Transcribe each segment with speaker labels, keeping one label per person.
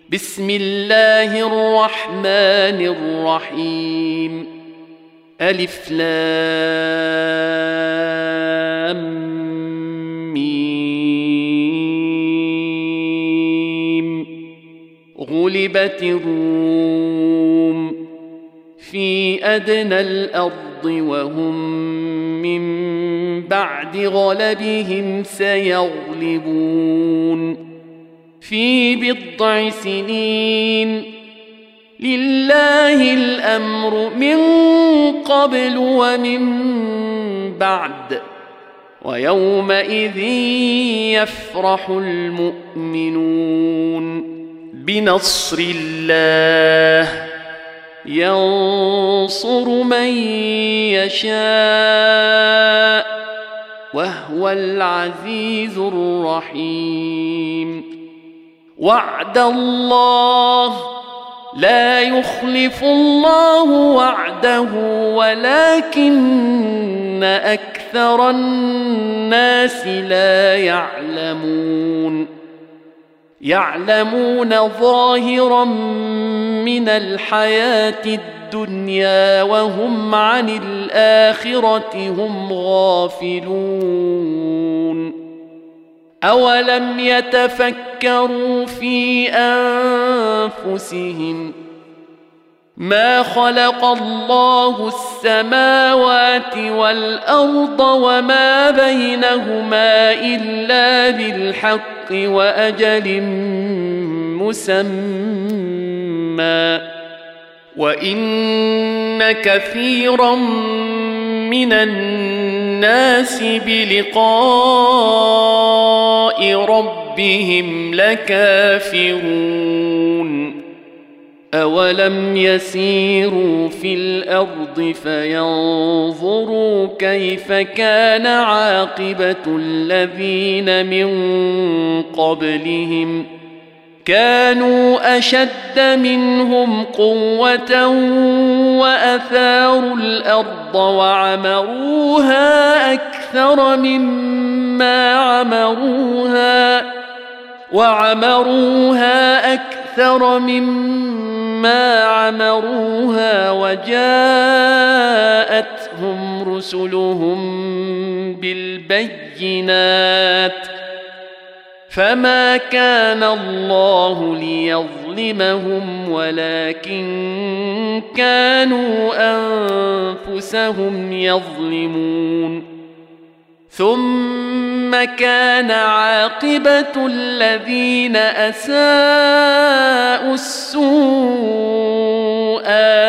Speaker 1: بسم الله الرحمن الرحيم ألف لام ميم غلبت الروم في أدنى الأرض وهم من بعد غلبهم سيغلبون في بضع سنين لله الأمر من قبل ومن بعد ويومئذ يفرح المؤمنون بنصر الله ينصر من يشاء وهو العزيز الرحيم وعد الله لا يخلف الله وعده ولكن أكثر الناس لا يعلمون ظاهرا من الحياة الدنيا وهم عن الآخرة هم غافلون أولم يتفكروا في أنفسهم ما خلق الله السماوات والأرض وما بينهما إلا بالحق وأجل مسمى وإن كثيرا من الناس بلقاء ربهم لكافرون أولم يسيروا في الأرض فينظروا كيف كان عاقبة الذين من قبلهم كانوا أشد منهم قوة وأثاروا الأرض وعمروها أكثر مما عمروها وجاءتهم رسلهم بالبينات فما كان الله ليظلمهم ولكن كانوا أنفسهم يظلمون ثم كان عاقبة الذين أساءوا السوء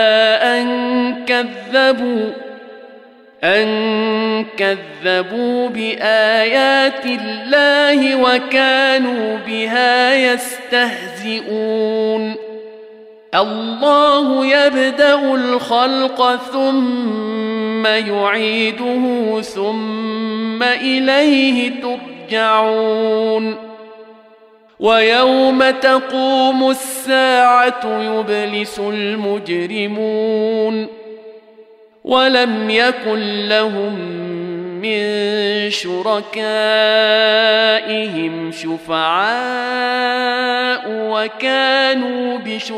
Speaker 1: أن كذبوا بآيات الله وكانوا بها يستهزئون الله يبدأ الخلق ثم يعيده ثم إليه ترجعون ويوم تقوم الساعة يبلس المجرمون ولم يكن لهم من شركائهم شفعاء وكانوا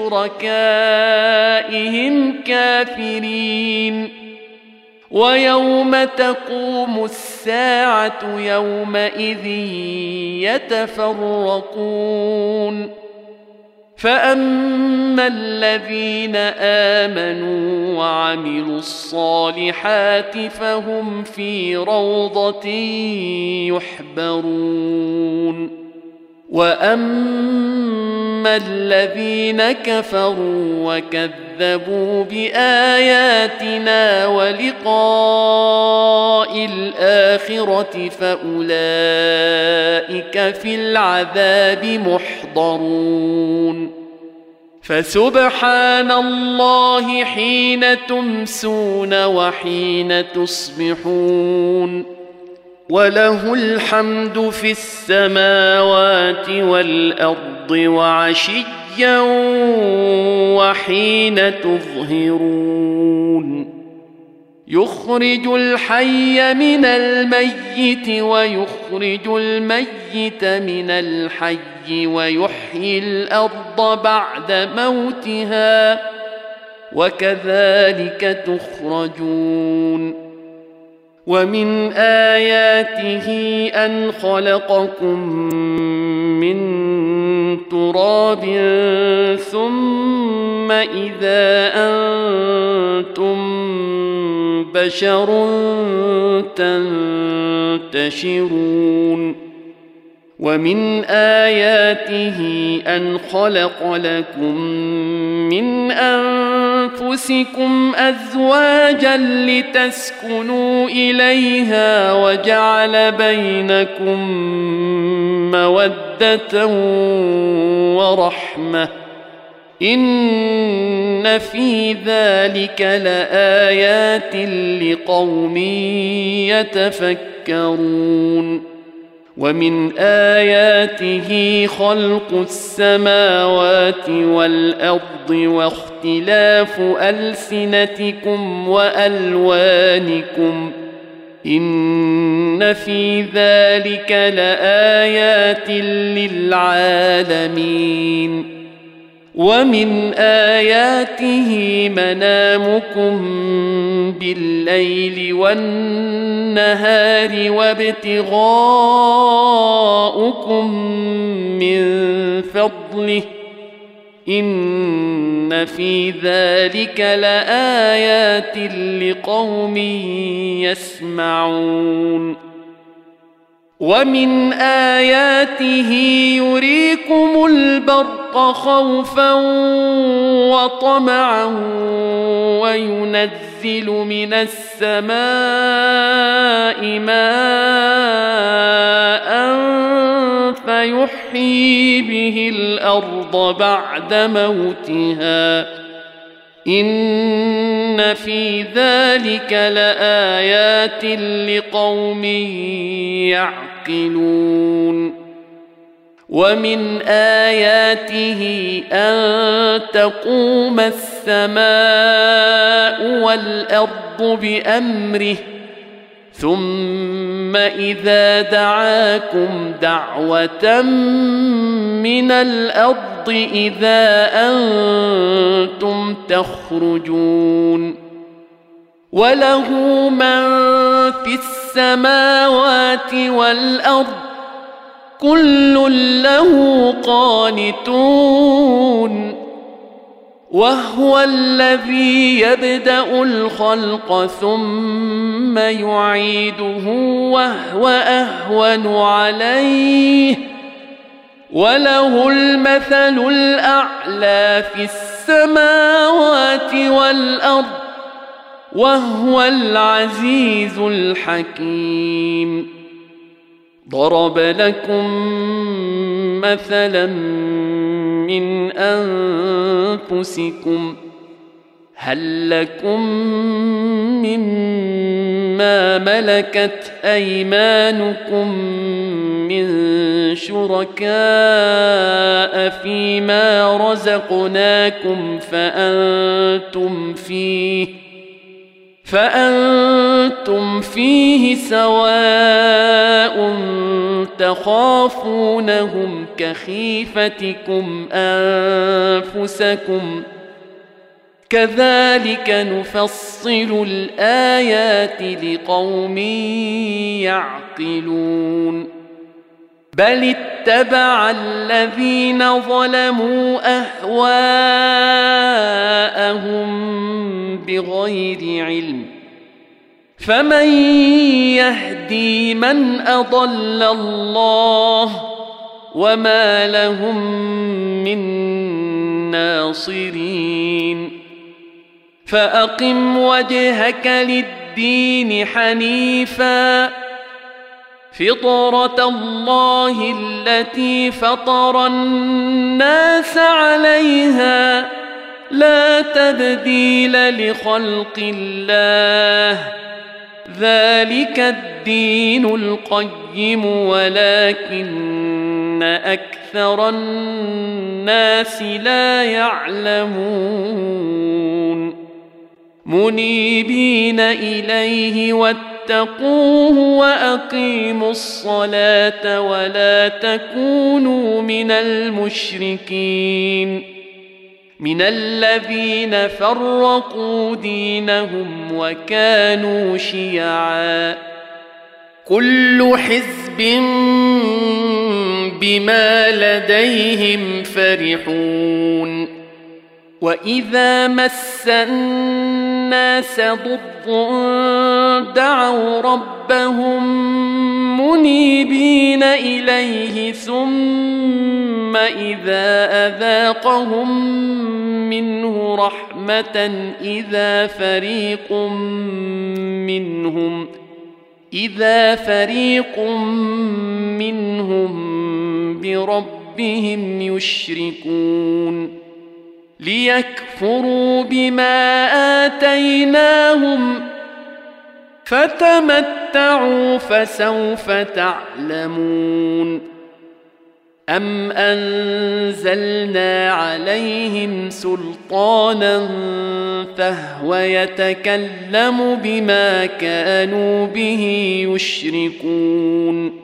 Speaker 1: بشركائهم كافرين ويوم تقوم الساعة يومئذ يتفرقون فأما الذين آمنوا وعملوا الصالحات فهم في روضة يحبرون وأما الذين كفروا وكذبوا بآياتنا ولقاء الآخرة فأولئك في العذاب محضرون فسبحان الله حين تمسون وحين تصبحون وله الحمد في السماوات والأرض وعشيا وحين تظهرون يخرج الحي من الميت ويخرج الميت من الحي ويحيي الأرض بعد موتها وكذلك تخرجون ومن آياته أن خلقكم من تراب ثم إذا أنتم بشر تنتشرون ومن آياته أن خلق لكم من أنفسكم أزواجا لتسكنوا إليها وجعل بينكم مودة ورحمة إن في ذلك لآيات لقوم يتفكرون ومن آياته خلق السماوات والأرض واختلاف ألسنتكم وألوانكم إن في ذلك لآيات للعالمين ومن آياته منامكم بالليل والنهار وابتغاؤكم من فضله إن في ذلك لآيات لقوم يسمعون ومن آياته يريكم البرق خوفا وطمعا وينزل من السماء ماء فيحيي به الأرض بعد موتها إن في ذلك لآيات لقوم يعقلون ومن آياته أن تقوم السماء والأرض بأمره ثم إذا دعاكم دعوة من الأرض إذا أنتم تخرجون وله من في السماوات والأرض كل له قانتون وهو الذي يبدأ الخلق ثم يعيده وهو أهون عليه وله المثل الأعلى في السماوات والأرض وهو العزيز الحكيم ضرب لكم مثلا من أنفسكم هل لكم مما ملكت أيمانكم من شركاء فيما رزقناكم فأنتم فيه سواء تخافونهم كخيفتكم أنفسكم كذلك نفصل الآيات لقوم يعقلون بل اتبع الذين ظلموا أهواءهم بغير علم فمن يهدي من أضل الله وما لهم من ناصرين فأقم وجهك للدين حنيفا فطرة الله التي فطر الناس عليها لا تبديل لخلق الله ذلك الدين القيم ولكن أكثر الناس لا يعلمون منيبين إليه واتقوه وأقيموا الصلاة ولا تكونوا من المشركين من الذين فرقوا دينهم وكانوا شيعا كل حزب بما لديهم فرحون وإذا مس الناس ضر دعوا ربهم منيبين إليه ثم إذا أذاقهم منه رحمة إذا فريق منهم بربهم يشركون ليكفروا بما آتيناهم فتمتعوا فسوف تعلمون أم أنزلنا عليهم سلطانا فهو يتكلم بما كانوا به يشركون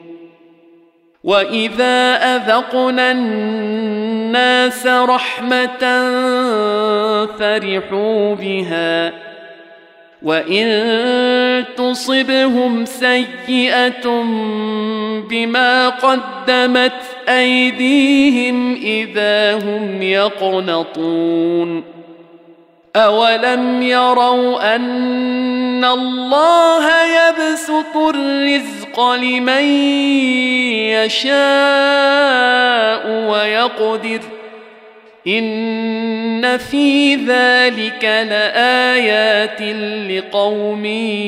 Speaker 1: وإذا أذقنا الناس رحمة فرحوا بها وإن تصبهم سيئة بما قدمت أيديهم إذا هم يقنطون أولم يروا أن الله يبسط الرزق لمن يشاء ويقدر إن في ذلك لآيات لقوم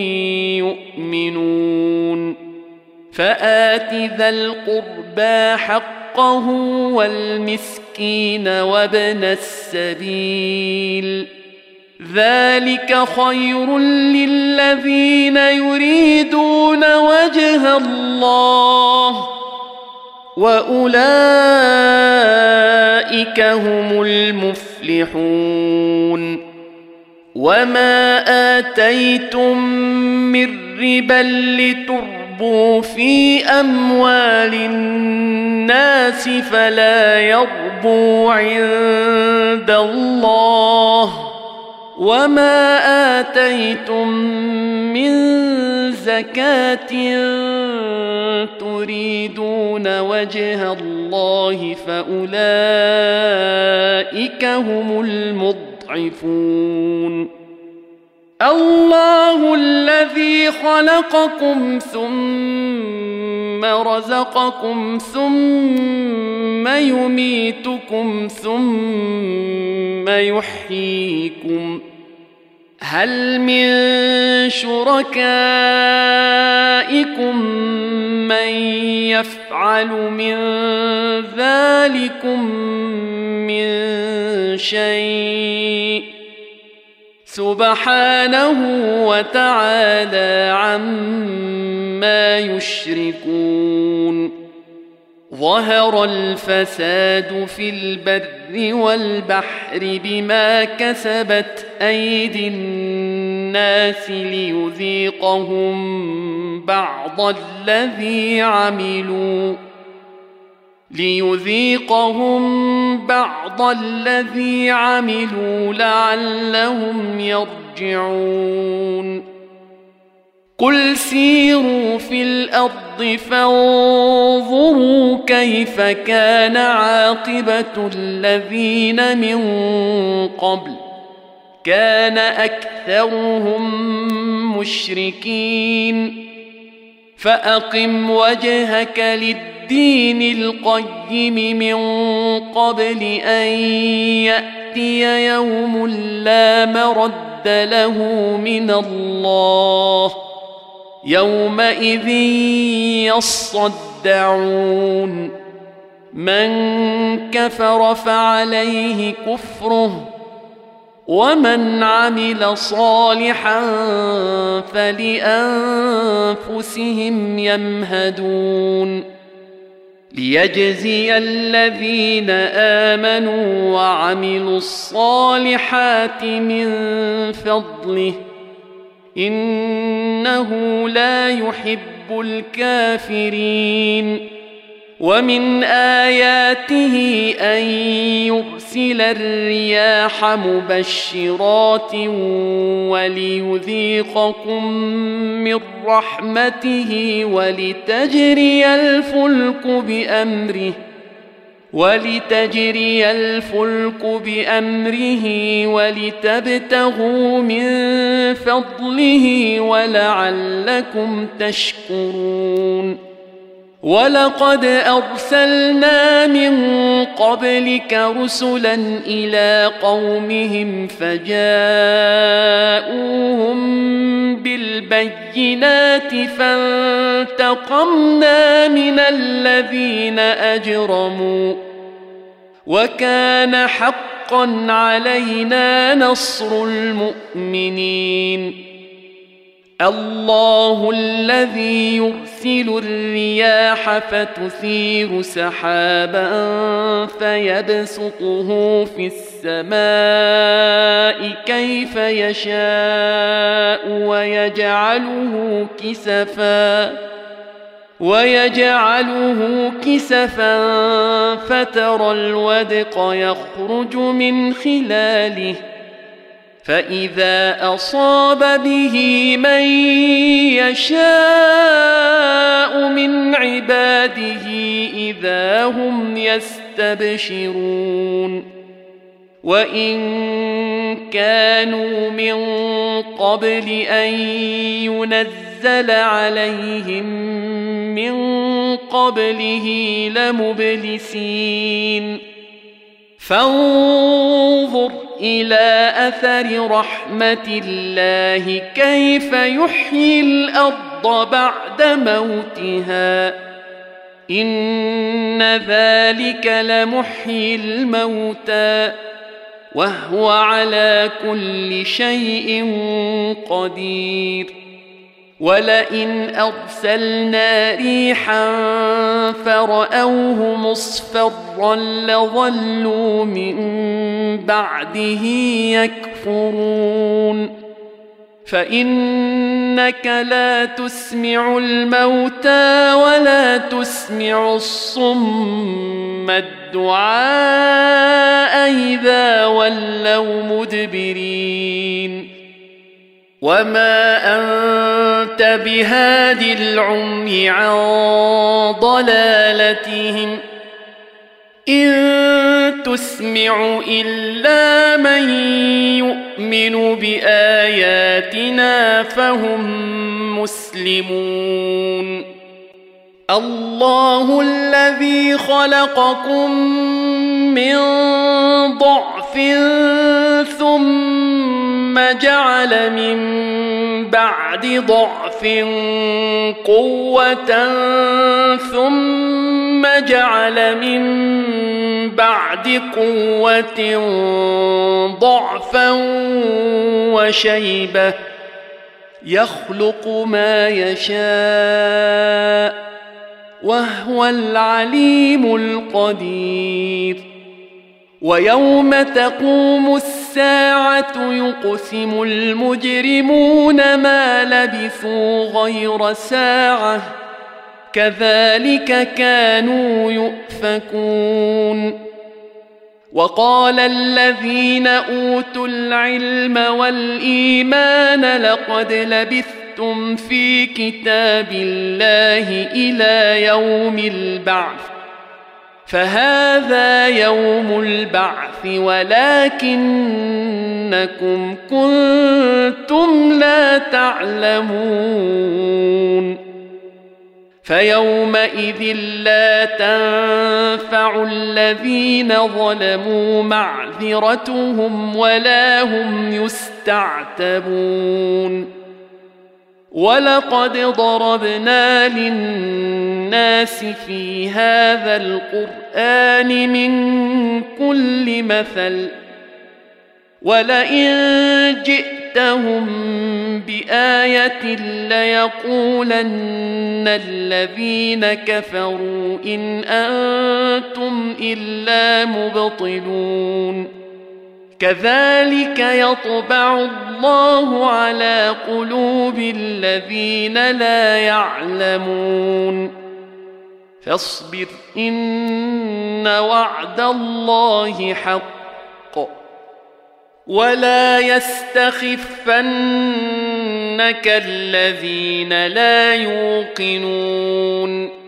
Speaker 1: يؤمنون فآت ذا القربى حقه والمسكين وابن السبيل ذلك خير للذين يريدون وجه الله وأولئك هم المفلحون وما آتيتم من ربا لتربوا في أموال الناس فلا يربو عند الله وما آتيتم من زكاة تريدون وجه الله فأولئك هم المضعفون الله الذي خلقكم ثم رزقكم ثم يميتكم ثم يحييكم هل من شركائكم من يفعل من ذلكم من شيء سبحانه وتعالى عما يشركون ظهر الفساد في البر والبحر بما كسبت أيدي الناس ليذيقهم بعض الذي عملوا لعلهم يرجعون قل سيروا في الأرض فانظروا كيف كان عاقبة الذين من قبل كان أكثرهم مشركين فأقم وجهك للدين القيم من قبل أن يأتي يوم لا مرد له من الله يومئذ يصدعون من كفر فعليه كفره ومن عمل صالحا فلأنفسهم يمهدون ليجزي الذين آمنوا وعملوا الصالحات من فضله إنه لا يحب الكافرين ومن آياته أن يرسل الرياح مبشرات وليذيقكم من رحمته ولتجري الفلك بأمره ولتبتغوا من فضله ولعلكم تشكرون ولقد أرسلنا من قبلك رسلا إلى قومهم فجاءوهم بالبينات فانتقمنا من الذين أجرموا وكان حقا علينا نصر المؤمنين الله الذي يرسل الرياح فتثير سحابا فيبسطه في السماء كيف يشاء ويجعله كسفا فترى الودق يخرج من خلاله فإذا أصاب به من يشاء من عباده إذا هم يستبشرون وإن كانوا من قبل أن ينزل عليهم من قبله لمبلسين فانظر إلى أثر رحمة الله كيف يحيي الأرض بعد موتها إن ذلك لمحيي الموتى وهو على كل شيء قدير ولئن أرسلنا ريحا فرأوه مصفرا لظلوا من بعده يكفرون فإنك لا تسمع الموتى ولا تسمع الصم الدعاء إذا ولوا مدبرين وما أنت بهاد العمي عن ضلالتهم إن تسمع إلا من يؤمن بآياتنا فهم مسلمون الله الذي خلقكم من ضعف ثم جعل من بعد ضعف قوة ثم جعل من بعد قوة ضعفا وشيبة يخلق ما يشاء وهو العليم القدير ويوم تقوم الساعة يقسم المجرمون ما لبثوا غير ساعة كذلك كانوا يؤفكون وقال الذين أوتوا العلم والإيمان لقد لبثتم في كتاب الله إلى يوم البعث فهذا يوم البعث ولكنكم كنتم لا تعلمون فيومئذ لا تنفع الذين ظلموا معذرتهم ولا هم يستعتبون ولقد ضربنا للناس في هذا القرآن من كل مثل ولئن جئت جئتهم بآية ليقولن الذين كفروا إن أنتم إلا مبطلون كذلك يطبع الله على قلوب الذين لا يعلمون فاصبر إن وعد الله حق ولا يستخفنك الذين لا يوقنون